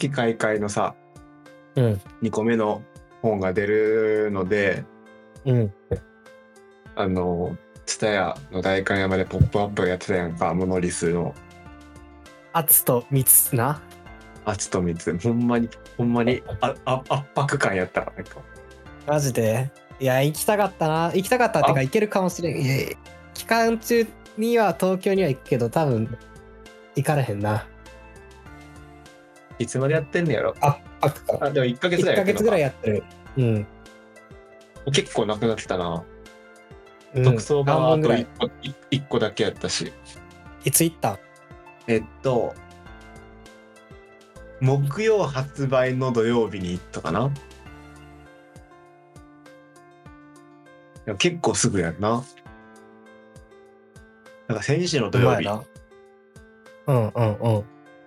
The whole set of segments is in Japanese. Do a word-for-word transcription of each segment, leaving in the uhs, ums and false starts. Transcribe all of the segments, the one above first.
月開会のさ、 うん、 にこめの本が出るので、 うん、 あの蔦屋の代官山でポップアップやってたやんか、モノリスの圧と密な。 圧と密、ほんまにほんまにああ圧迫感やったからなんかマジで。いや、行きたかったな。行きたかったっていうか、行けるかもしれん。いやいや期間中には東京には行くけど、多分行かれへんな。 いつまでやってんねやろ。 圧迫か。 あでもいっかげつ 1ヶぐらいやってんのか。 月ぐらいやってる。うん。 結構なくなってたな、 うん、 特装版はあと何本ぐらいいっこいっこだけやったし。 いつ行ったん？ えっと木曜発売の土曜日に行ったかな。いや結構すぐやんな。なんか先週の土曜日うんうんうん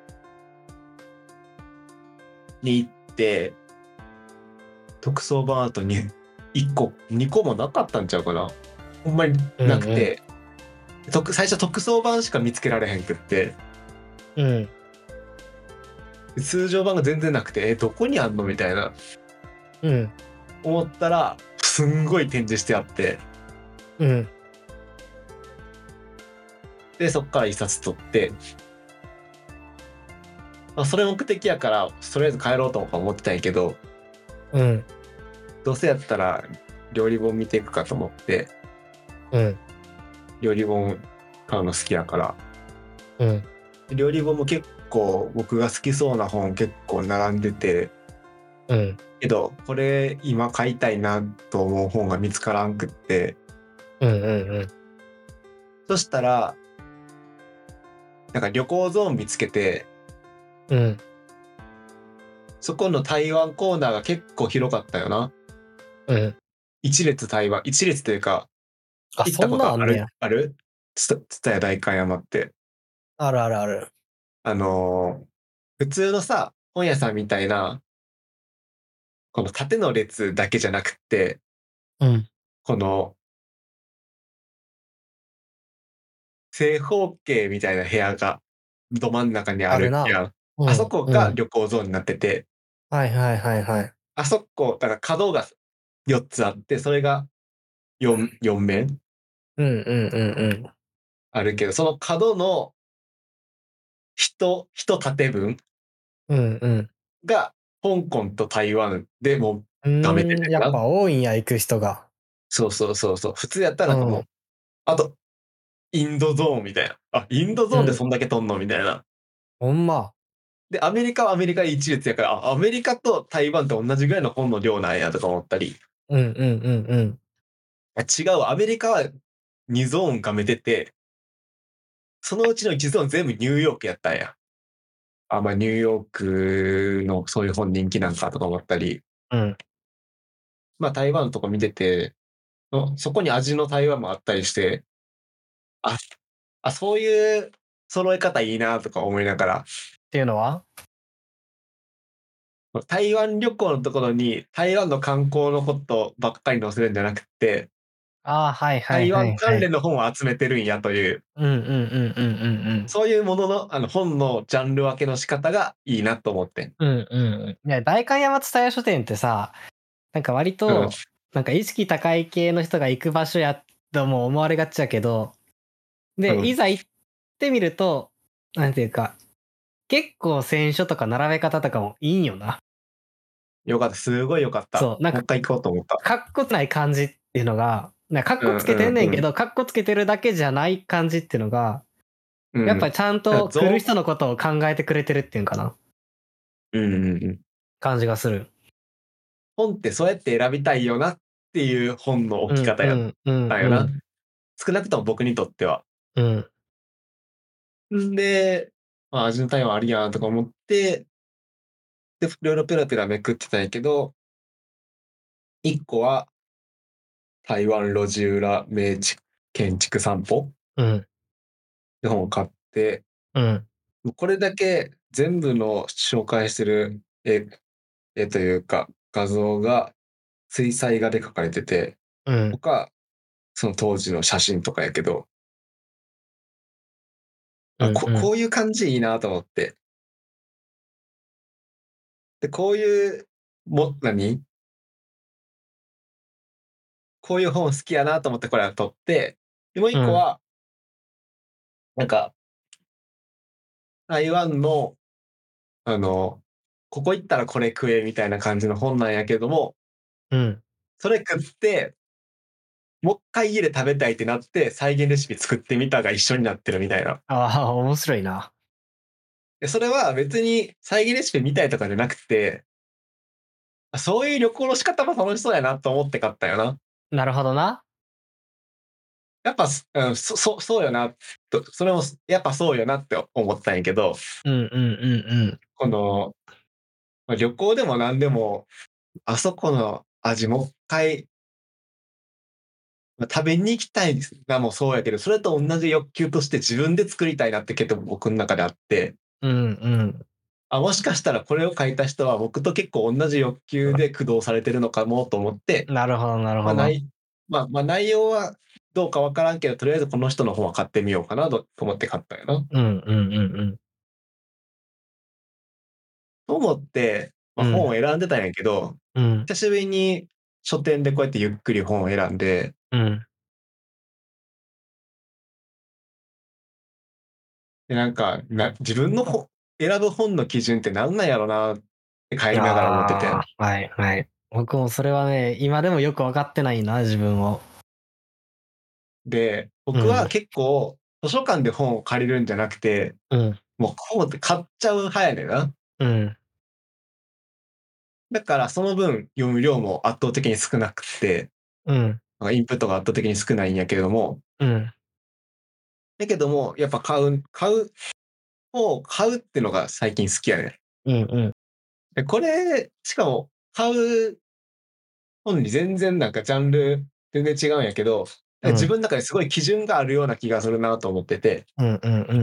に行って、特装版後にいっこにこもなかったんちゃうかな、ほんまになくて、うんうん、最初特装版しか見つけられへんくって、 うん、 通常版が全然なくて、えどこにあんのみたいな、 うん、 思ったらすんごい展示してあって、 うん、 でそっから一冊取って、まあ、それ目的やからとりあえず帰ろうと思ってたんやけど、 うん、 どうせやったら料理本見ていくかと思って、 うん、 料理本買うの好きやから、 うん、 料理本も結構僕が好きそうな本結構並んでて、 うん、 けどこれ今買いたいなと思う本が見つからんくって、 うんうんうん、 そしたらなんか旅行ゾーン見つけて、 うん、 そこの台湾コーナーが結構広かったよな。 うん。 一列台湾、一列というか、 あ、 行ったそんことあるなあんねや。 あるつたや代官山って。 あるあるある。 あのー、普通のさ本屋さんみたいなこの縦の列だけじゃなくって、 うん、 この正方形みたいな部屋がど真ん中にああるな。 るやん。 うん、 あそこうん。 が旅行ゾーンになってて、 はいはいはいはい。 あそこだから角がよっつあって、それが 4, 4面うんうんうんうん。 あるけど、その角の一一縦分うんうん。 が香港と台湾でもううがめてーん、やってな。 ぱ多いんや、行く人が。 そうそうそうそう。普通やったらなんかもう、 うん、 あとインドゾーンみたいな。あ、インドゾーンでそんだけとんのみたいな。 ほんま。 で、アメリカはアメリカで一列やから、あ、アメリカと台湾と同じぐらいの本の量なんやとか思ったり、 うんうんうんうん。 あ違う、アメリカはにゾーンがめてて、そのうちのいちゾーン全部ニューヨークやったんや。あ、まあニューヨークのそういう本人気なんかとか思ったり、 うん。 まあ台湾とか見てて、そこに味の台湾もあったりして、あ、あそういう揃え方いいなとか思いながら、 っていうのは台湾旅行のところに台湾の観光のことばっかり載せるんじゃなくて、 ああ、はいはい台湾はいはい。 関連の本を集めてるんやという、 うんうんうんうんうんうん。 そういうものの、あの本のジャンル分けの仕方がいいなと思って。 うんうんうん。いや、代官山蔦屋書店ってさ、なんか割うん。 と、なんか意識高い系の人が行く場所やとも思われがちやけど、で、 うん。 いざ行ってみると、なんていうか、結構選書とか並べ方とかもいいんよな。 よかった。すごいよかった。 そう、なんか、 もう一回行こうと思った。 かっこつない感じっていうのが、なんかかっうんこつけてんねんうんけど、かっこつけてるだけじゃない感じっていうのが、 うん。うん。 やっぱりちゃんだからと来る造人のことを考えてくれてるっていうんかな。 うんうんうん。 感じがする。 本ってそうやって選びたいよなっていう本のうん置き方やっうんうんたんよな。 うん。 少なくとも僕にとっては。 うん。 んで、まあ、味の台湾あるやんとか思って、で、いろいろペラペラめくってたんやけど、一個は台湾路地裏名地建築散歩うん。 の本を買って、 うん。 これだけ全部の紹介してる絵、絵というか画像が水彩画で描かれてて、 うん。 他、その当時の写真とかやけど、あ、こ、 うんうん。 こういう感じいいなと思って。 で、こういう、も、何こういう本好きやなと思ってこれは取って、で、もううん。 一個は、なんか、台湾の、あの、ここ行ったらこれ食えみたいな感じの本なんやけども、 うん。 それ食って、もう一回家で食べたいってなって、再現レシピ作ってみたが一緒になってるみたいな。 ああ、面白いな。 で、それは別に再現レシピみたいとかじゃなくて、あ、そういう旅行の仕方も楽しそうやなと思って買ったよな。 なるほどな。 やっぱ、すうん、そそそうよなと、それもやっぱそうよなって思ったんやけど、 うんうんうんうん。 この、ま、旅行でも何でも、あそこの味もっかい、ま、食べに行きたいなもそうやけど、それと同じ欲求として自分で作りたいなって結構僕ん中であって、 うんうん。 あ、もしかしたらこれを書いた人は僕と結構同じ欲求で駆動されてるのかもと思って、 なるほどなるま、 ほど。 ないまま、内容はどうかわからんけど、とりあえずこの人の本は買ってみようかなと思って買ったんやな。 うんうんうんうん。 と思って、ま、 うん。 本を選んでたんやけど、 うん。 久しぶりに書店でこうやってゆっくり本を選んで、 うん。 で、なんか、な自分のほ選ぶ本の基準ってなんなんやろなって帰りながら思っててん。 ああ、はいはい。僕もそれはね、今でもよく分かってないな、自分を。 で、 うん。 僕は結構図書館で本を借りるんじゃなくて、 うん。 もう本って買っちゃう派やねんな。 うん。 だからその分読む量も圧倒的に少なくって、 うん。 ま、インプットが圧倒的に少ないんやけれども、 うん。 だけども、やっぱ買う買う本を買うってのが最近好きやねん。 うんうん。 で、これ、しかも買う本に全然なんかジャンル全然違うんやけど、 うん。 自分の中ですごい基準があるような気がするなと思ってて、 うんうんうん。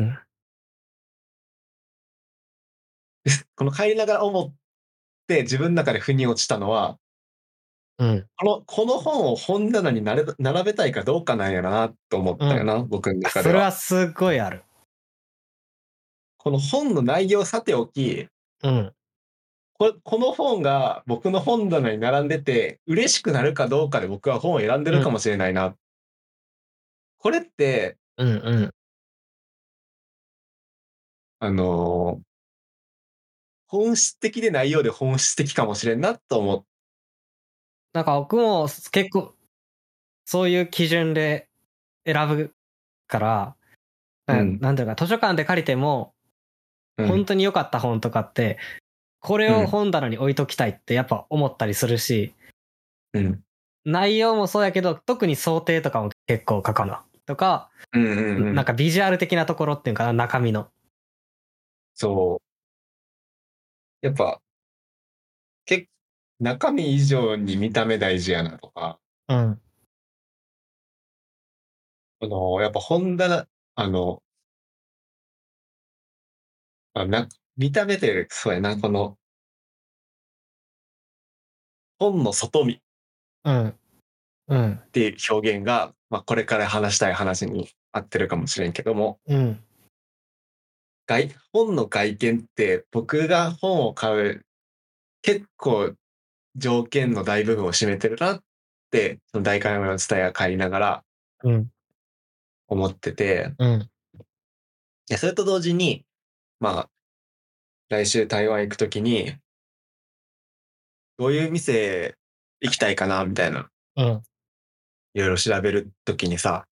この帰りながら思って自分の中で腑に落ちたのは、 うん。 このこの本を本棚になれ並べたいかどうかなんやなと思っうん。 たよな、僕の中でそれは。 はすっごいある。 この本の内容さておき、 うん。 ここの本が僕の本棚に並んでて、嬉しくなるかどうかで僕は本を選んでうん。 るかもしれないな。これって、 うんうん。 あの、本質的でないようで本質的かもしれんなと思っなんか僕も結構そういう基準で選ぶから、なうん、 なんていうか、図書館で借りても、 うん、 ほんとに良かった本とかって、これをうん、 本棚に置いときたいってやっぱ思ったりするし、 うん、 内容もそうやけど、特に想定とかも結構書かな。とか、 うんうんうん。 なんかビジュアル的なところっていうかな、中身の。 そう。やっぱ、け中身以上に見た目大事やなとか、 うん。 あの、やっぱ本棚あの、あ、な見た目でそうやな、この本の外見っうん。うん。 ていう表現が、ま、これから話したい話に合ってるかもしれんけども、 うん。 外本の外見って僕が本を買う結構条件の大部分を占めてるなって、その代官山の蔦屋帰りながらうん。 思ってて、 うん。 いや、それと同時に、まあ、来週台湾行くときに、どういう店行きたいかなみたいな、 うん。 いろいろ調べるときにさ、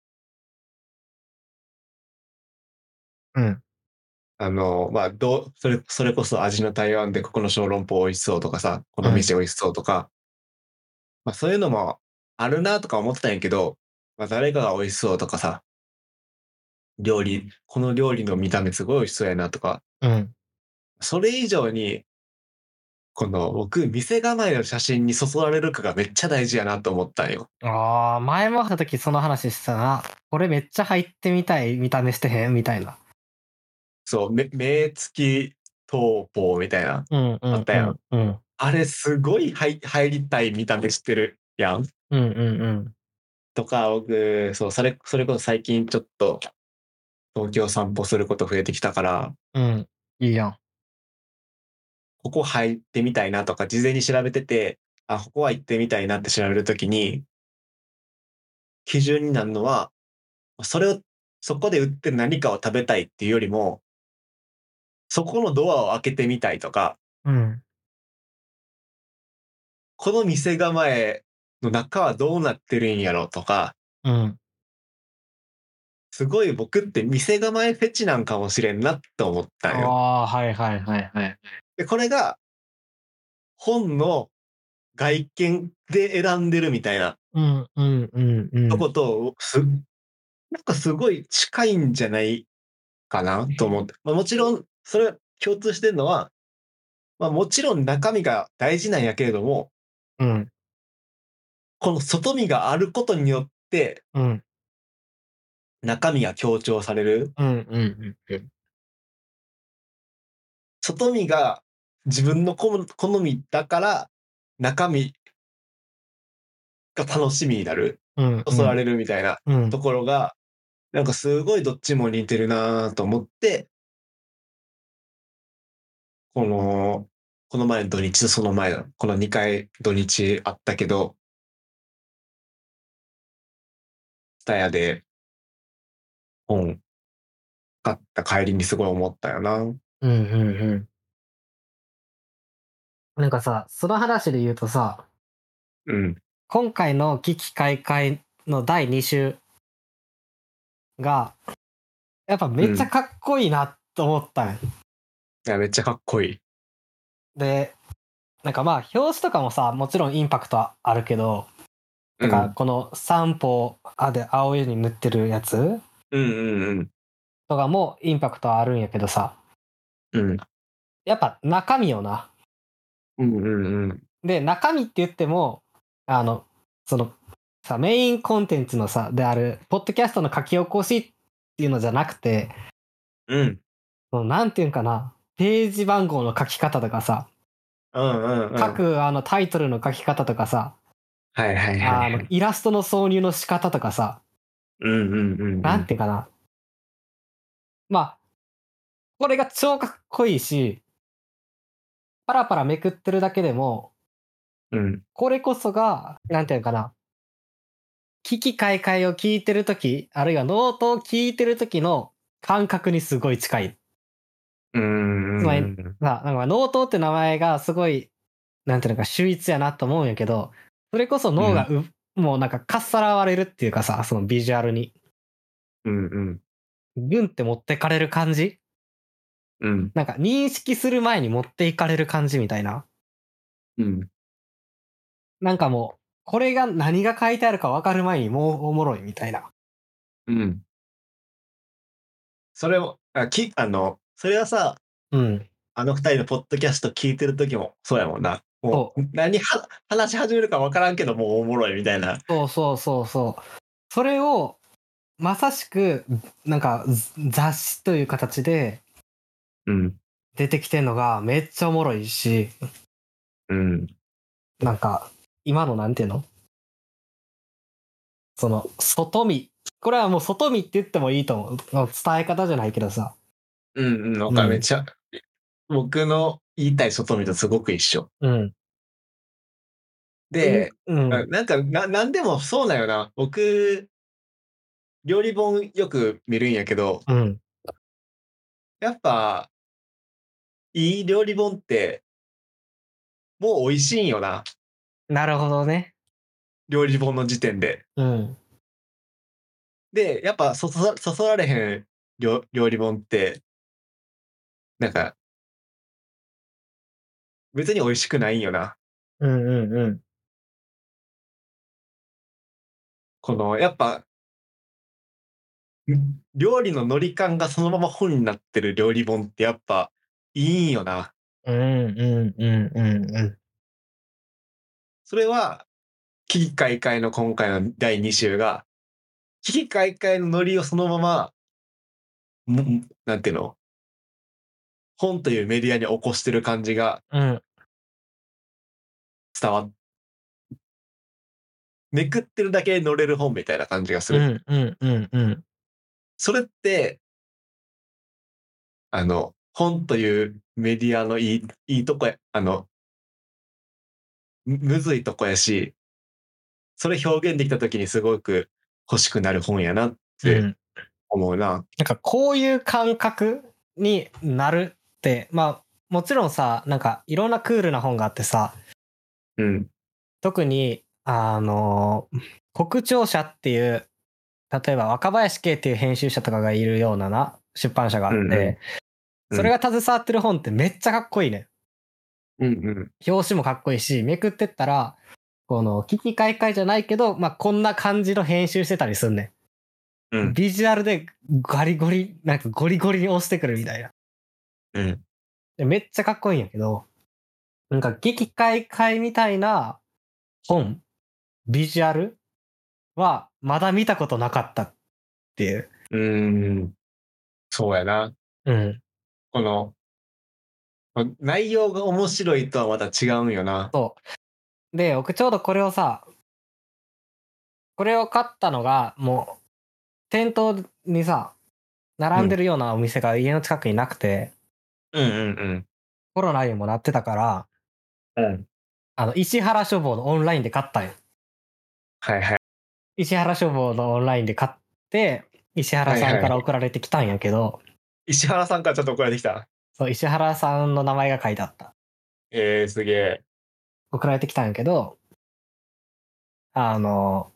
うん。 あの、まあ、どうそれそれこそ味の台湾でここの小籠包美味しそうとかさ、こうん。 の店美味しそうとか、ま、そういうのもあるなとか思ってたんやけど、ま、誰かが美味しそうとかさ、料理この料理の見た目すごい美味しそうやなとか、 うん。 それ以上に、この僕、店構えの写真にそそられるかがめっちゃ大事やなと思ったんよ。 ああ、前も会った時その話してたな。これめっちゃ入ってみたい見た目してへんみたいな。 そう、め目付き刀法みたいな、 うんうんうあったやん。 んうん。 あれすごいはい入りたい見た目してるやん。 うんうんうん。 とか、僕、そう、それそれこそ最近ちょっと東京散歩すること増えてきたから、 うん。いいやん。 ここ入ってみたいなとか事前に調べてて、あ、ここは行ってみたいなって調べるときに、基準になるのは、それを、そこで売ってる何かを食べたいっていうよりも、そこのドアを開けてみたいとか、 うん。 この店構えの中はどうなってるんやろとか、 うん。 すごい僕って店構えフェチなんかもしれんなって思ったんよ。 ああ、はいはいはいはい。 で、これが本の外見で選んでるみたいなうんうんうんうとん。 ことす、なんかすごい近いんじゃないかなと思って。まあ、もちろん、それ共通してるのは、まあもちろん中身が大事なんやけれども、 うん。 この外見があることによってうん。 中身が強調される。 うんうんうん。 外見が自分の好みだから中身が楽しみになる。 うんうん。 そそられるみたいなうん。 ところが、なんかすごいどっちも似てるなと思って、この、この前の土日とその前の、このにかい土日あったけど、ツタヤで本買った帰りにすごい思ったよな。 うんうんうん。なんかさ、その話で言うとさ、 うん。 今回の危機開会のだいに週が、やっぱめっちゃうん。 かっこいいなと思ったんよ。 いや、めっちゃかっこいい。 で、なんかまあ表紙とかもさ、もちろんインパクトはあるけど、とかうん。 この三歩あで青いに塗ってるやつうんうんうん。 とかもインパクトはあるんやけどさ、 うん。 やっぱ中身よな。 うんうんうん。 で、中身って言っても、あの、その、さ、メインコンテンツのさ、である、ポッドキャストの書き起こしっていうのじゃなくて、 うん。 そのなんていうんかな、ページ番号の書き方とかさ、 うんうんうん。 各あのタイトルの書き方とかさ、 はいはいはいあの、 はい。 イラストの挿入の仕方とかさ、 うんうんうんうなんん。 ていうかな。まあ、これが超かっこいいし、パラパラめくってるだけでも、 うん。 これこそが、なんていうかな、危機開会を聞いてるとき、あるいはノートを聞いてるときの感覚にすごい近い。 うんつまり、 うんうん。 まあ、なんかノートって名前がすごい、なんていうのか、秀逸やなと思うんやけど、それこそうん。 脳がう、もうなんかかっさらわれるっていうかさ、そのビジュアルに。 うんうん。 グンって持ってかれる感じうん。 なんか認識する前に持っていかれる感じみたいな。 うん。 なんかもう、これが何が書いてあるか分かる前にもうおもろいみたいな。 うん。それを、あ、き、あの、それはさ、 うん。 あの二人のポッドキャスト聞いてる時もそうやもんな。もう、 そう。 何は、話し始めるか分からんけど、もうおもろいみたいな。 そうそうそうそう。それを、まさしく、なんか、ず雑誌という形でうん。 出てきてんのがめっちゃおもろいし、 うん。 なんか、今のなんていうのその、外見。これはもう外見って言ってもいいと思う。伝え方じゃないけどさ。 うんうん。わかる。めっうん。 ちゃ、僕の言いたい外見とすごく一緒。 うん。という、 で、 うん。 あなんか、な、なんでもそうだよな。僕、料理本よく見るんやけど、 うん。 やっぱ、いい料理本って、もう美味しいんよな。 なるほどね。 料理本の時点で。 うん。 で、やっぱそそ、そそられへん料料理本って、なんか、別に美味しくないんよな。 うんうんうん。 この、やっぱ、ん料理のノリ感がそのまま本になってる料理本ってやっぱ、いいんよな。 うんうんうんうんうん。 それは、危機開会の今回のだいに週が、危機開会のノリをそのまま、もなんていうの本というメディアに起こしてる感じがうん。 伝わっめくってるだけで乗れる本みたいな感じがすうる。 んうんうんうん。 それって、あの、 本というメディアのいい、いいとこや、あの、むむずいとこやし、それ表現できた時にすごく欲しくなる本やなってうん。 思うな。 なんかこういう感覚になるって、まあ、もちろんさ、なんかいろんなクールな本があってさ、 うん。 特に、あの、国庁舎っていう、例えば若林圭っていう編集者とかがいるようなな、出版社があうんうん。 って、 うんそれが携わってる本ってめっちゃかっこいいね。 うんうん。 表紙もかっこいいし、めくってったら、この、危機開会じゃないけど、まあ、こんな感じの編集してたりすんねん。 うん。 ビジュアルでガリゴリ、なんかゴリゴリに押してくるみたいな。 うん。 でめっちゃかっこいいんやけど、なんか危機開会みたいな本、ビジュアルはまだ見たことなかったっていう。 うーん。そうやな。 うん。 この、内容が面白いとはまた違うんよな。 そう。で、僕ちょうどこれをさ、これを買ったのが、もう、店頭にさ、並んでるようなお店が家の近くになくて、 うんうんうん。 コロナにもなってたから、 うん。 あの、石原書房のオンラインで買ったんよ。 はいはい。 石原書房のオンラインで買って、石原さんからはいはい。 送られてきたんやけど、 石原さんからちょっと送られてきた。 そう、石原さんの名前が書いてあった。 えー、すげえ。 送られてきたんやけど、あの、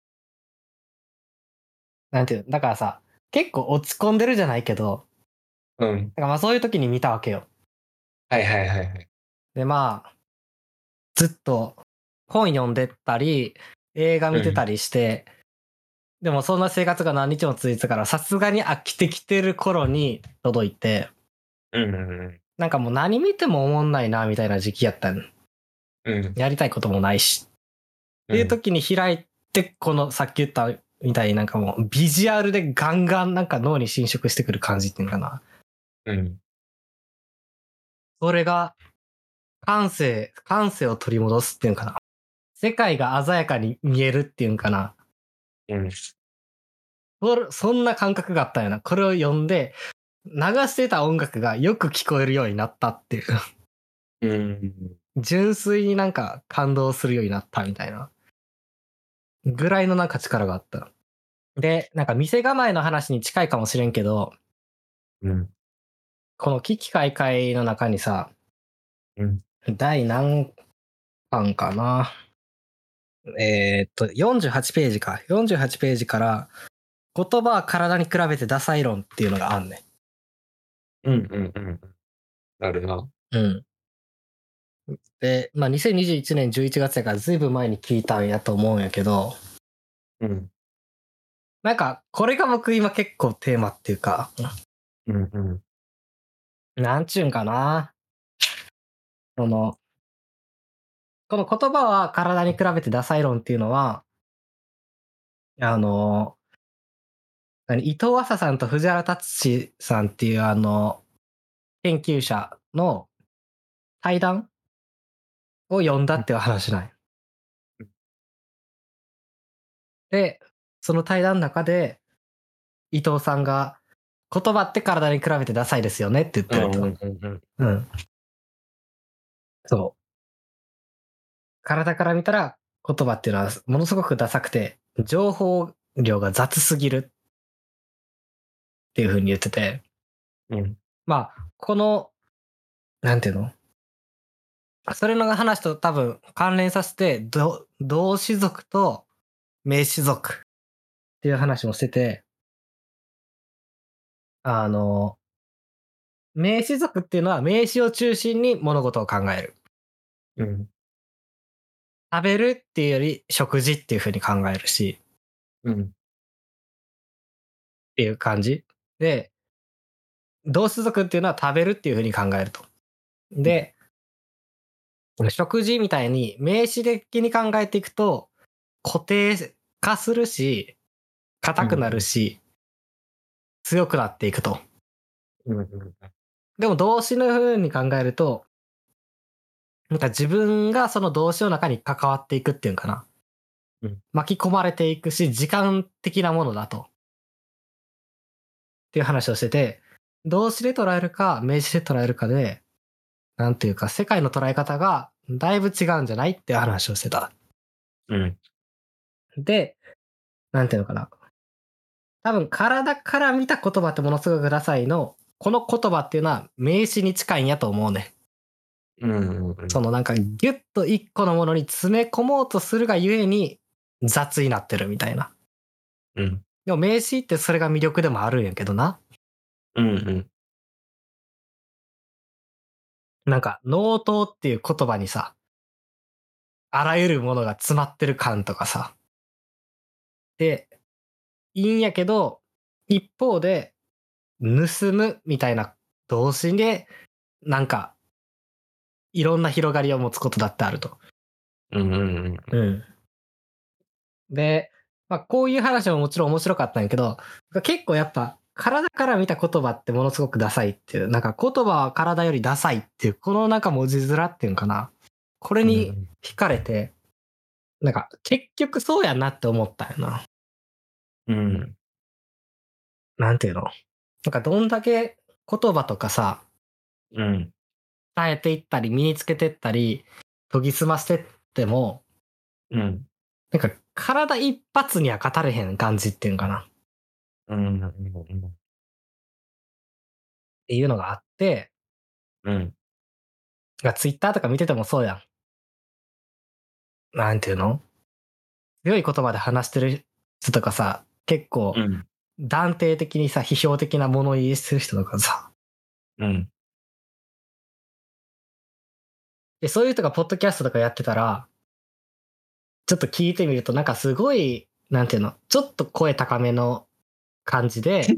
なんていう、だからさ、結構落ち込んでるじゃないけど、 うん。 だからまあそういう時に見たわけよ。 はいはいはいはい。 で、まあ、ずっと本読んでたり、映画見てたりして、でもそんな生活が何日も続いてたから、さすがに飽きてきてる頃に届いて、 うんうんうん。 なんかもう何見ても思んないな、みたいな時期やったん。 うん。 やりたいこともないし。っていううん。 時に開いて、このさっき言ったみたいになんかもうビジュアルでガンガンなんか脳に侵食してくる感じっていうのかな。 うん。 それが感性、感性を取り戻すっていうんかな。世界が鮮やかに見えるっていうんかな。 うん。 そそんな感覚があったよな。これを読んで、流してた音楽がよく聞こえるようになったっていう。 うん。 純粋になんか感動するようになったみたいな。ぐらいのなんか力があった。で、なんか店構えの話に近いかもしれんけど、 うん。 この危機開会の中にさ、 うん。 第何巻かな。えーっと、よんじゅうはちページか。よんじゅうはちページから、言葉は体に比べてダサい論っていうのがあんねうん。うん。うん。なるな。 ん。うん。で、まあ、にせんにじゅういちねんじゅういちがつやからずいぶん前に聞いたんやと思うんやけど、 うん。 なんか、これが僕今結構テーマっていうか、 うん。うん。 なんちゅうんかな。この、この言葉は体に比べてダサい論っていうのは、あの、何伊藤浅さんと藤原達史さんっていうあの、研究者の対談を読んだっていう話なんよ。で、その対談の中で、伊藤さんが、言葉って体に比べてダサいですよねって言ってると。 うん。うん。うん。 うん。そう。体から見たら言葉っていうのはものすごくダサくて、情報量が雑すぎるっていう風に言ってて、 うん。 まあ、この、なんていうのそれの話と多分関連させて、ど動詞族と名詞族っていう話もしてて、あの、名詞族っていうのは名詞を中心に物事を考える。 うん。 食べるっていうより食事っていう風に考えるし、 うん。 っていう感じ。で、動詞族っていうのは食べるっていう風に考えると。で、食事みたいに名詞的に考えていくと固定化するし、硬くなるし、強くなっていくと。 うん。 でも動詞の風に考えると、なんか自分がその動詞の中に関わっていくっていうかな。 うん。 巻き込まれていくし、時間的なものだと。っていう話をしてて、 動詞で捉えるか、名詞で捉えるかで、なんていうか、世界の捉え方がだいぶ違うんじゃないって話をしてた。 うん。 で、なんていうのかな。多分、体から見た言葉ってものすごくダサいの、この言葉っていうのは名詞に近いんやと思うね。 うんうんうん。 そのなんかギュッと一個のものに詰め込もうとするがゆえに雑になってるみたいな。 うん。 でも名詞ってそれが魅力でもあるんやけどな。 うんうん。 なんか、納刀っていう言葉にさ、あらゆるものが詰まってる感とかさ。で、いいんやけど、一方で、盗むみたいな動詞で、なんか、いろんな広がりを持つことだってあると。 うんうんうん。 うん。で、まあ、こういう話ももちろん面白かったんやけど、結構やっぱ、体から見た言葉ってものすごくダサいっていう、なんか言葉は体よりダサいっていう、このなんか文字面っていうんかな。これに惹かれて、なんか結局そうやなって思ったよな。 うん。 なんていうのなんかどんだけ言葉とかさ、 うん。 伝えていったり、身につけてったり、研ぎ澄ましてっても、 うん。 なんか体一発には語れへん感じっていうんかな。っうん。うん。 ていうのがあって、 うん。 ツイッターとか見ててもそうやん。なんていうの強い言葉で話してる人とかさ、結構うん。 断定的にさ、批評的な物言いする人とかさ、 うん。 で、そういう人がポッドキャストとかやってたら、ちょっと聞いてみるとなんかすごい、なんていうの、ちょっと声高めの感じで、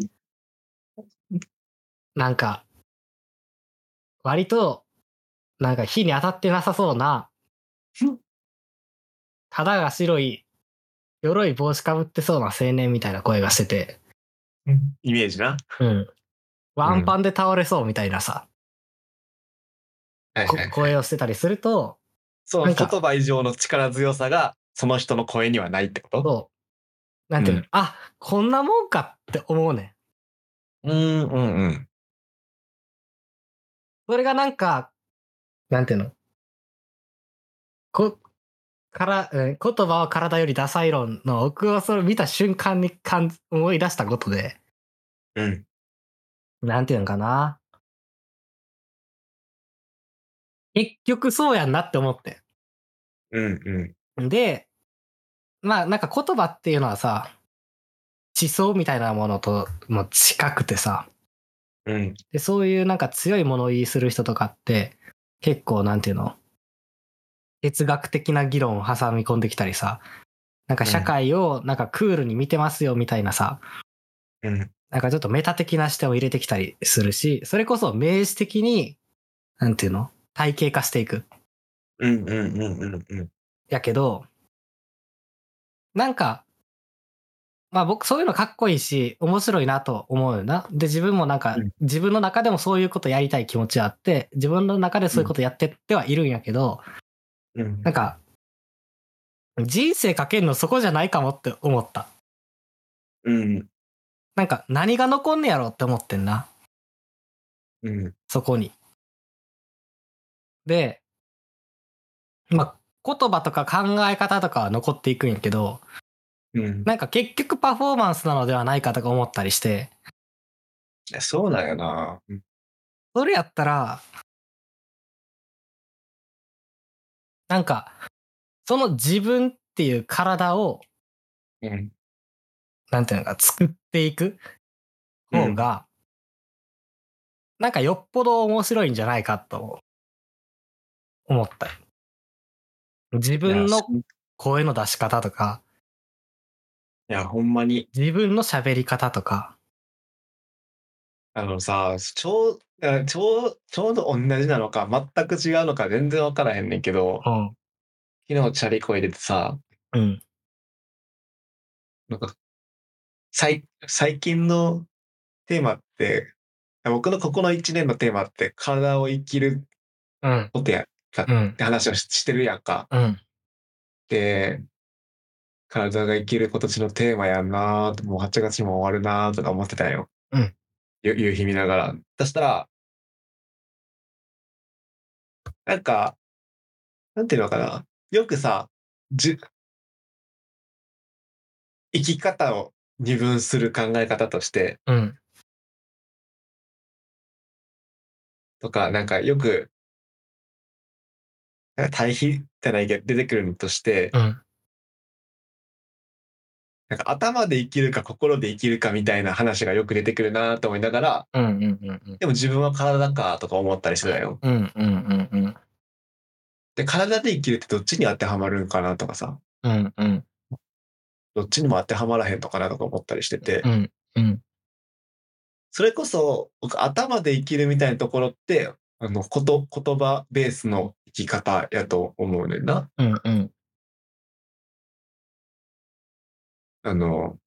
なんか、割と、なんか火に当たってなさそうな、肌が白い、鎧帽子かぶってそうな青年みたいな声がしてて、 イメージな。 うん。ワンパうん。 ンで倒れそうみたいなさ、 はいこはいはい。 声をしてたりすると、 そのなんか、 言葉以上の力強さが、その人の声にはないってこと？ そう、なんていうの、 うん。 あ、こんなもんかって思うねん。 うん、うん、うん。 それがなんか、なんていうの、こ、から、うん、言葉は体よりダサい論の僕をそれ見た瞬間に感じ思い出したことで、 うん。 なんていうのかな。結局そうやんなって思って。 うん、うん。 で、まあなんか言葉っていうのはさ、思想みたいなものとも近くてさ、 うん。 で、そういうなんか強い物言いする人とかって、結構なんていうの哲学的な議論を挟み込んできたりさ、なんか社うん。 会をなんかクールに見てますよみたいなさ、 うん。 なんかちょっとメタ的な視点を入れてきたりするし、それこそ明示的に、なんていうの体系化していく。 うん。うん。うん。うん。うん。 やけど、なんか、まあ僕そういうのかっこいいし、面白いなと思うよな。で、自分もなんか、 うん。 自分の中でもそういうことやりたい気持ちはあって、自分の中でそういうことやってってはいるんやけど、 うん。 なんか、人生かけるのそこじゃないかもって思った。 うん。 なんか、何が残んねやろって思ってんな。 うん。 そこに。で、まあ、言葉とか考え方とかは残っていくんやけど、 うん。 なんか結局パフォーマンスなのではないかとか思ったりして、 いや、そうなんよな。うん。 それやったら、なんか、その自分っていう体を、 うん。 なんていうのか、作っていくうん。 方が、なんかよっぽど面白いんじゃないかと思った。自いや、そ分の声の出し方とか、 いや、ほんまに、 自分の喋り方とか、 あのさ、ちょうあ、ちょうちょうどおんなじなのか、全く違うのか全然分からへんねんけど、 うん、 昨日チャリこ入れてさ、 うん、 なんか、さい最近のテーマって、僕のここのいちねんのテーマって、体を生きるうん、 ことやかっうん、 て話をししてるやんか。 うん、 で、体が生きる今年のテーマやんなーと、もうはちがつにも終わるなーとか思ってたよ。 うん。 ゆ夕日見ながら。そしたら、なんか、なんていうのかな。よくさ、じ、生き方を二分する考え方として、 うん。 とか、なんかよく、なんか対比じゃないけど出てくるのとして、 うん。 なんか頭で生きるか心で生きるかみたいな話がよく出てくるなと思いながら、 うん。うん。うん。 でも自分は体かとか思ったりしてたよ。 うん。うん。うん。 で、体で生きるってどっちに当てはまるんかなとかさ、 うん。うん。 どっちにも当てはまらへんのかなとか思ったりしてて、 うん。うん。 それこそ僕頭で生きるみたいなところって、あの、こと、言葉ベースの生き方やと思うねんな。 うん。うん。 あの、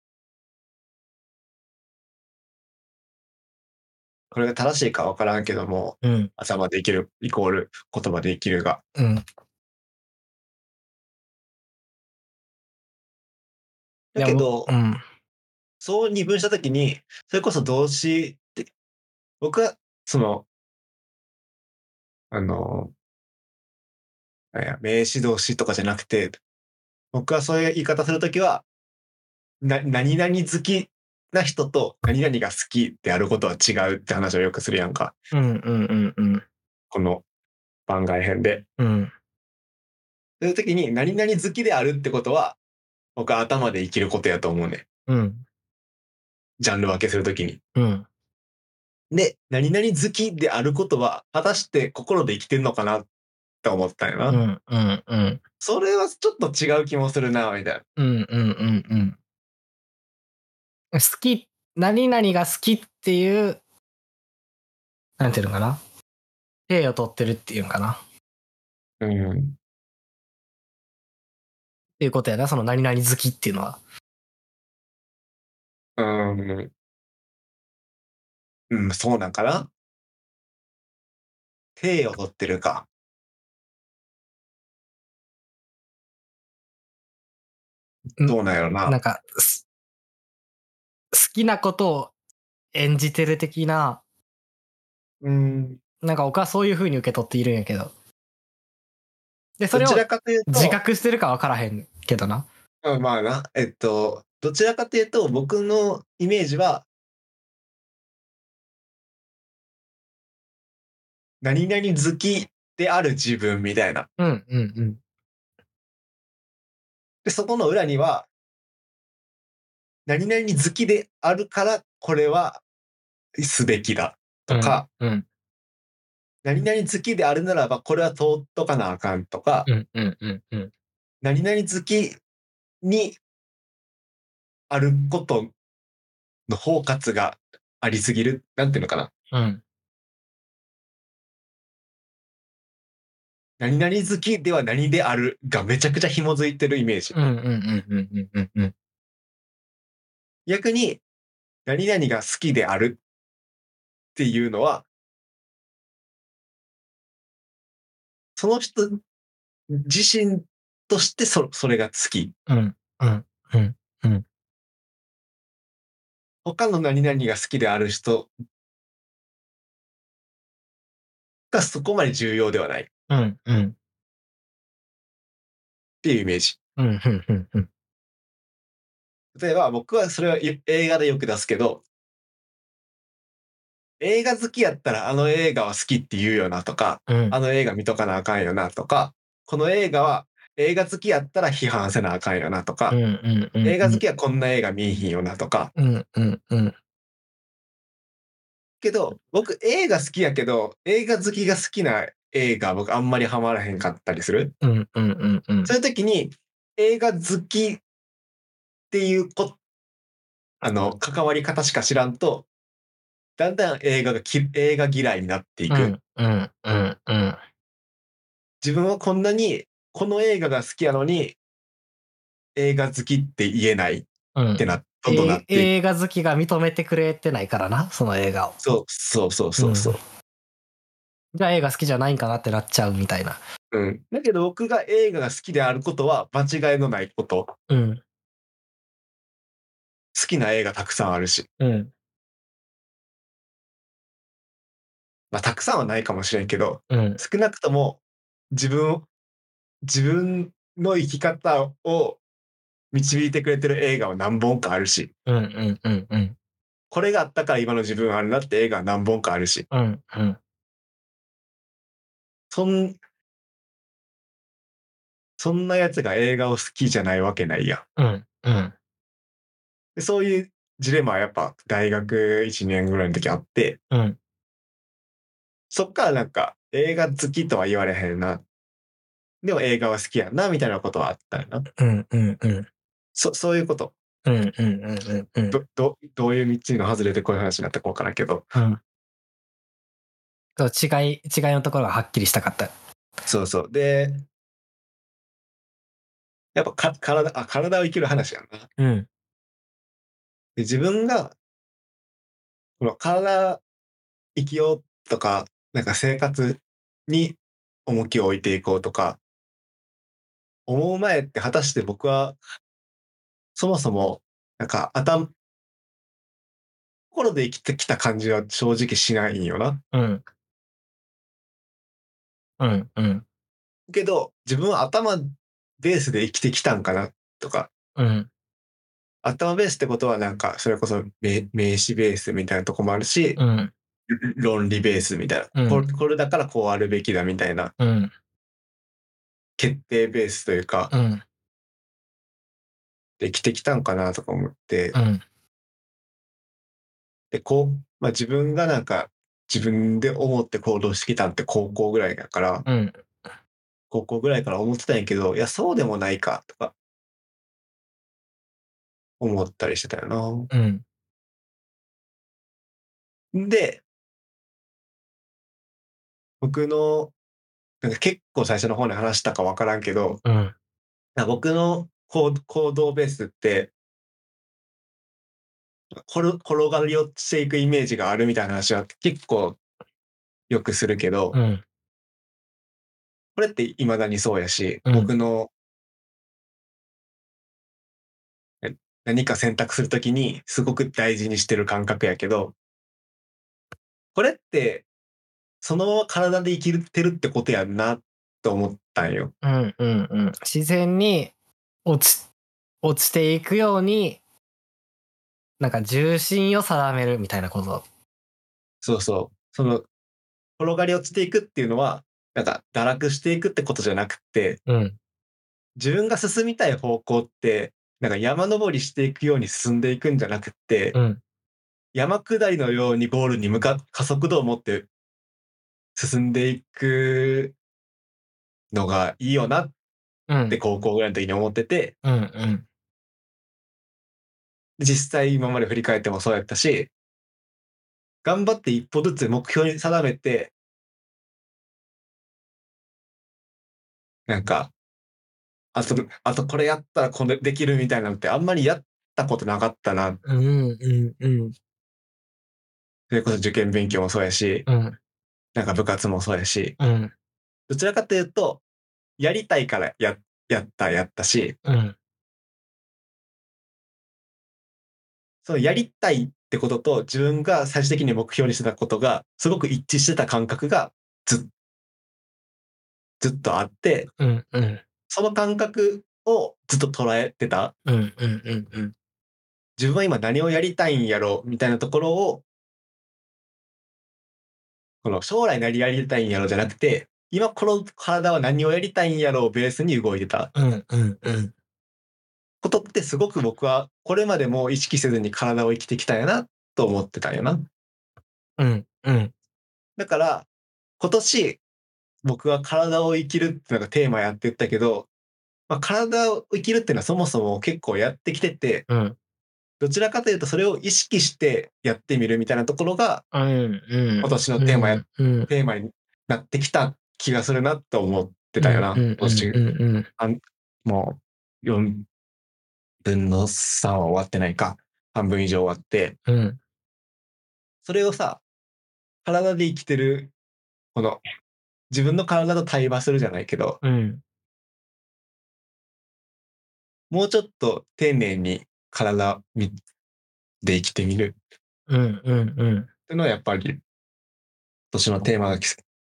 これが正しいかわからんけども、 うん。 頭で生きるイコール言葉で生きるが。 うん。いや、もう、 だけど、 うん。 そう二分したときに、それこそ動詞って、僕は、その、あの、なんや名詞動詞とかじゃなくて、僕はそういう言い方するときは、な、何々好きな人と何々が好きであることは違うって話をよくするやんか。 うん。うん。うん。うん。 この番外編で。 うん。 そういうときに何々好きであるってことは、僕は頭で生きることやと思うね。 うん。 ジャンル分けするときに。 うん。 で、何々好きであることは、果たして心で生きてんのかなって思ったんやな。 うん。うん。うん。 それはちょっと違う気もするな、みたいな。 うん。うん。うん。好き、何々が好きっていう、なんていうのかな。手を取ってるっていうのかな。っうん。 ていうことやな、その何々好きっていうのは。 うん。うん、そうなんかな。手を取ってるか。 んどうなんやろな。 なんか、す好きなことを演じてる的な、 うん。 なんか僕はそういう風に受け取っているんやけど。で、それをどちらかというと、 自覚してるかわからへんけどな。 うん、まあな、えっと、どちらかというと、僕のイメージは、何々好きである自分みたいな。 うん、うん、うん。 で、そこの裏には、何々好きであるから、これはすべきだうん、 とか、 うん、 何々好きであるならば、これは通っとかなあかんとか、 うん、うん、うん、うん。 何々好きにあることの包括がありすぎる。なんていうのかな。 うん、 何々好きでは何であるがめちゃくちゃ紐づいてるイメージ。 うん、うん、うん、うん、うん、うん。 逆に、何々が好きであるっていうのは、その人自身としてそそれが好き。 うん、うん、うん、うん、 他の何々が好きである人がそこまで重要ではないっうん、うん、 ていうイメージ。 うん、うん、うん、 例えば僕はそれは映画でよく出すけど、映画好きやったらあの映画は好きって言うよなとか、 うん、 あの映画見とかなあかんよなとか、この映画は映画好きやったら批判せなあかんよなとか、 うん、うん、 映画好きはこんな映画見えひんよなとか。 うん、うん、うん、 けど、僕映画好きやけど、映画好きが好きな映画僕あんまりハマらへんかったりする。 うん、うん、うん、 そういう時に映画好きっていうこ、あの、関わり方しか知らんと、だんだん映画がき、映画嫌いになっていく。 うん、うん、うん、うん、 自分はこんなに、この映画が好きやのに、映画好きって言えないっうん。 てな、どんどんなえっていく。 映画好きが認めてくれてないからな、その映画を。 そう、そうそううん。 そうそじゃあ映画好きじゃないんかなってなっちゃうみたいな。 う。うん。だけど僕が映画が好きであることは間違いのないこと。 うん。 好きな映画たくさんあるし。 うん。 まあ、たくさんはないかもしれんけど、 うん。 少なくとも自分自分の生き方を導いてくれてる映画は何本かあるし、 うんうんうんうん。 これがあったから今の自分あるなって映画は何本かあるし、 うんうん。 そんそんなやつが映画を好きじゃないわけないやん。 うんうん。 で、そういうジレンマはやっぱ大学いちねんぐらいの時あって、 うん。 そっからなんか映画好きとは言われへんな。でも映画は好きやんな、みたいなことはあったよな。 うんうんうん。 そ、そういうこと。 うんうんうんうんうん。 ど、ど、どういう道の外れでこういう話になったかわからんけど。 うん。そう、違い違いのところがはっきりしたかった。 そうそう。で、やっぱか、体、あ、体を生きる話やんな。 うん。 で、自分が、この体生きようとか、なんか生活に重きを置いていこうとか、思う前って果たして僕は、そもそも、なんか頭、心で生きてきた感じは正直しないんよな。 うん。うんうん。 けど、自分は頭ベースで生きてきたんかなとか、 うん。 頭ベースってことはなんか、それこそ名名詞ベースみたいなとこもあるし、 うん。 論理ベースみたいな。 うん。 これこれだからこうあるべきだみたいな、 うん。 決定ベースというか、 うん。 で生きてきたんかなとか思って、 うん。 で、こう、まあ自分がなんか、自分で思って行動してきたんって高校ぐらいだから、 うん。 高校ぐらいから思ってたんやけど、いや、そうでもないか、とか思ったりしてたよな。 うん。 で、僕の、なんか結構最初の方に話したかわからんけど、 うん。 僕の行行動ベースって、転転がり落ちていくイメージがあるみたいな話は結構よくするけど、 うん。 これって未だにそうやし、 うん。 僕のえ何か選択するときにすごく大事にしてる感覚やけど、これってそのまま体で生きてるってことやんなと思ったんよ。 うんうんうん。自然に落ち落ちていくように、なんか重心を定めるみたいなこと。 そうそう。その転がり落ちていくっていうのは、なんか堕落していくってことじゃなくて、 うん。 自分が進みたい方向って、なんか山登りしていくように進んでいくんじゃなくて、 うん。 山下りのようにゴールに向か加速度を持って進んでいくのがいいよなっうん。 て高校ぐらいの時に思ってて、 うんうん。 実際今まで振り返ってもそうやったし、頑張って一歩ずつ目標に定めて、なんか、あと、あとこれやったらこれできるみたいなのってあんまりやったことなかったな。 うんうんうん。 それこそ受験勉強もそうやし、 うん。 なんか部活もそうやし、 うん。 どちらかというと、やりたいからや、やった、やったし、 うん。 そのやりたいってことと自分が最終的に目標にしてたことがすごく一致してた感覚がず、ずっとあって、 うんうん。 その感覚をずっと捉えてた。 うんうんうんうん。 自分は今何をやりたいんやろみたいなところを、この将来何やりたいんやろじゃなくて、今この体は何をやりたいんやろをベースに動いてたうんうんうん。 ことってすごく僕はこれまでも意識せずに体を生きてきたんやなと思ってたんよな。 うんうん。 だから今年僕は体を生きるっていうのがテーマやって言ったけど、まあ、体を生きるっていうのはそもそも結構やってきてて、 うん。 どちらかというとそれを意識してやってみるみたいなところがうんうん。 今年のうテーマや、 んうん。 テーマになってきた気がするなと思ってうんうたよな。 んうんう今年、 んうん。 あんもうよんぶんのさんは終わってないか。半分以上終わって、 うん。 それをさ、体で生きてる、この自分の体と対話するじゃないけど、 うん。 もうちょっと丁寧に体で生きてみるうんうんうん。 っていうのはやっぱり年のテーマが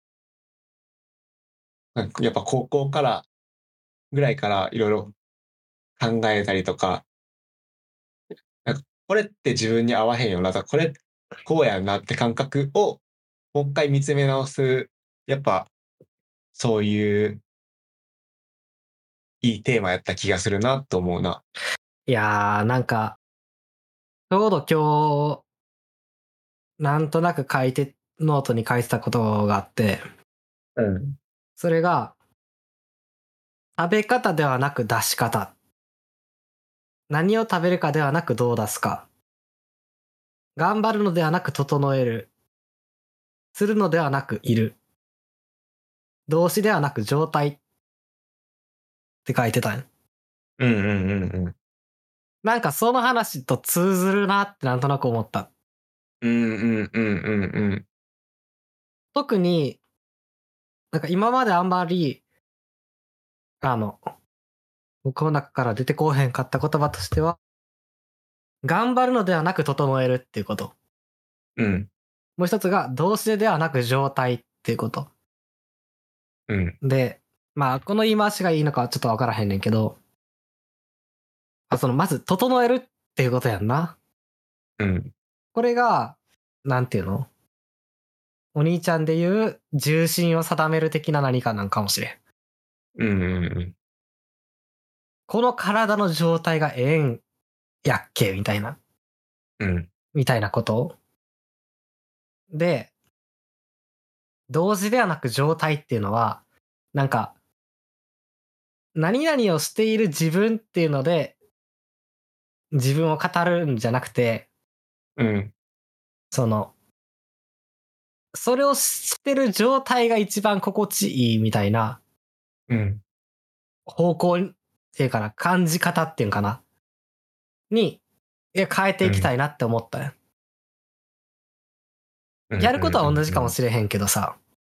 なんかやっぱ高校からぐらいからいろいろ考えたりとか、なんかこれって自分に合わへんよなとか、これこうやんなって感覚をもう一回見つめ直す、やっぱそういういいテーマやった気がするなと思うな。 いやー、なんか、ちょうど今日、なんとなく書いて、ノートに書いてたことがあって、 うん。 それが、食べ方ではなく出し方。何を食べるかではなくどう出すか。頑張るのではなく整える。するのではなくいる。動詞ではなく状態って書いてたんよ。 うんうんうんうん。 なんかその話と通ずるなってなんとなく思った。 うんうんうんうんうん。 特に、なんか今まであんまり、あの、僕の中から出てこうへんかった言葉としては、頑張るのではなく整えるっていうこと。 うん。 もう一つが動詞ではなく状態っていうこと。 うん。 で、まあこの言い回しがいいのかはちょっとわからへんねんけど、あそのまず整えるっていうことやんな。 うん。 これが、なんていうのお兄ちゃんで言う重心を定める的な何かなんかもしれん。 うんうんうん。 この体の状態がええんやっけみたいな。 うん。 みたいなことで、動詞ではなく状態っていうのは、なんか、何々をしている自分っていうので、自分を語るんじゃなくて、 うん。 その、それをしてる状態が一番心地いいみたいなうん。 方向っていうかな、感じ方っていうんかな、に、いや変えていきたいなって思ったよ。 うん。 やることは同じかもれしれへんけどさ、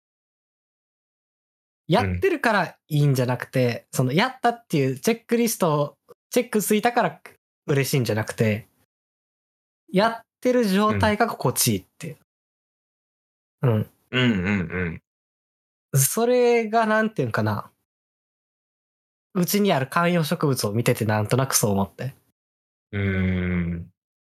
やっうん。 てるからいいんじゃなくて、そのやったっていうチェックリストをチェックついたから嬉しいんじゃなくて、やってる状うん。 態が心地いいっていう。うん。 うんうんそれがなんていうんかな。うちにある観葉植物を見ててなんとなくそう思って。 うん。うーん。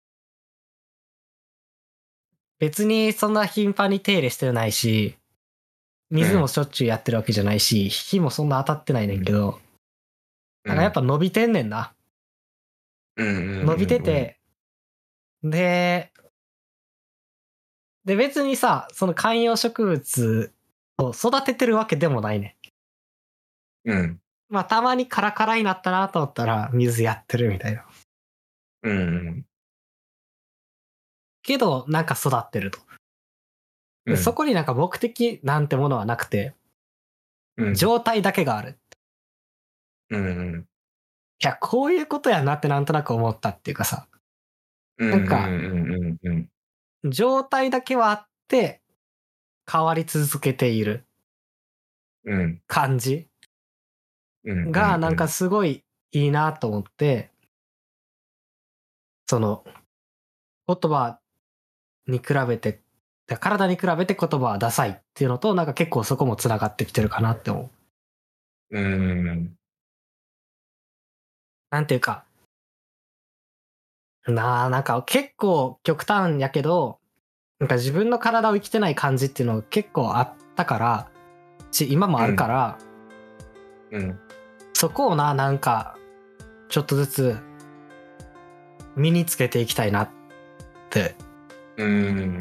別にそんな頻繁に手入れしてないし、水もうん。 しょっちゅうやってるわけじゃないし、火もそんな当たってないねんけど、なんかやっうん。 ぱ伸びてんねんな。 うんうんうんうん。 伸びてて、で、で別にさ、その観葉植物を育ててるわけでもないねん。 うん。 まあたまにカラカラになったなと思ったら水やってるみたいな。 うんうん。 けどなんか育ってると。でそこになんか目的なんてものはなくて、 うん。 状態だけがある。 うんうん。 いや、こういうことやなってなんとなく思ったっていうかさ、 うんうんなんかうんうん。 状態だけはあって変わり続けているうん。 感じうんうんがなんかうん。 すごいいいなと思って、その言葉に比べて、体に比べて言葉はダサいっていうのとなんか結構そこも繋がってきてるかなって思う。 うん。 なんていうか、なあ、なんか結構極端やけど、なんか自分の体を生きてない感じっていうのが結構あったから、し、今もあるから、 うん。 そこをな、なんか、ちょっとずつ身につけていきたいなってうん。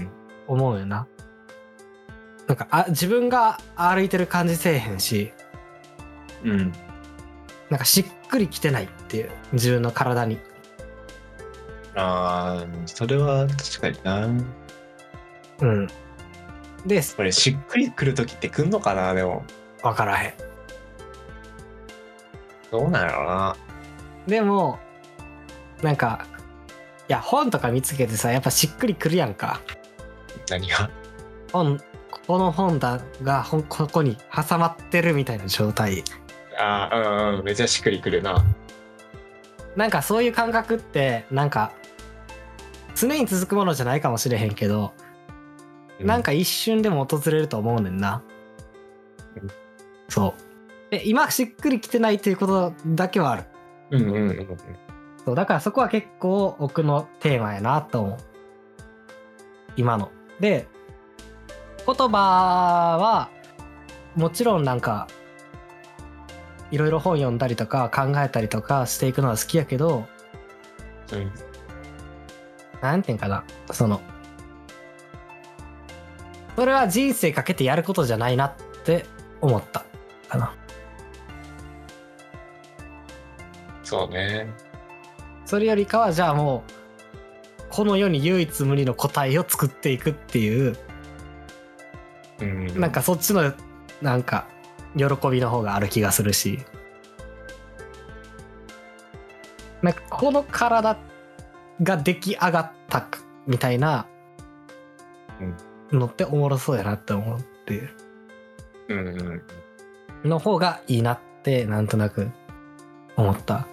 思うよな。なんかあ自分が歩いてる感じせえへんし、 うん。 なんかしっくりきてないっていう自分の体に。 ああ、それは確かにな。 うん。で、 これしっくりくるときってくんのかな、でも。 わからへん。 どうなんやろな。 でも、なんか、いや本とか見つけてさ、やっぱしっくりくるやんか。 何が本、この本だがここに挟まってるみたいな状態。 ああ、うんうん、めちゃしっくりくるな。 なんかそういう感覚ってなんか常に続くものじゃないかもしれへんけど、 なんか一瞬でも訪れると思うねんな。 うん、 そうで今しっくりきてないということだけはある。 うんうんうんうん。 そうだからそこは結構僕のテーマやなと思う今の。で言葉はもちろんなんかいろいろ本読んだりとか考えたりとかしていくのは好きやけど、 うん、 なんていうんかな、そのそれは人生かけてやることじゃないなって思ったかな。 そうね。 それよりかはじゃあもうこの世に唯一無二の答えを作っていくっていう、 うん、 なんかそっちのなんか喜びの方がある気がするし、なんかこの体が出来上がったみたいなのっておもろそうやなって思ってうんうん、 の方がいいなってなんとなく思った。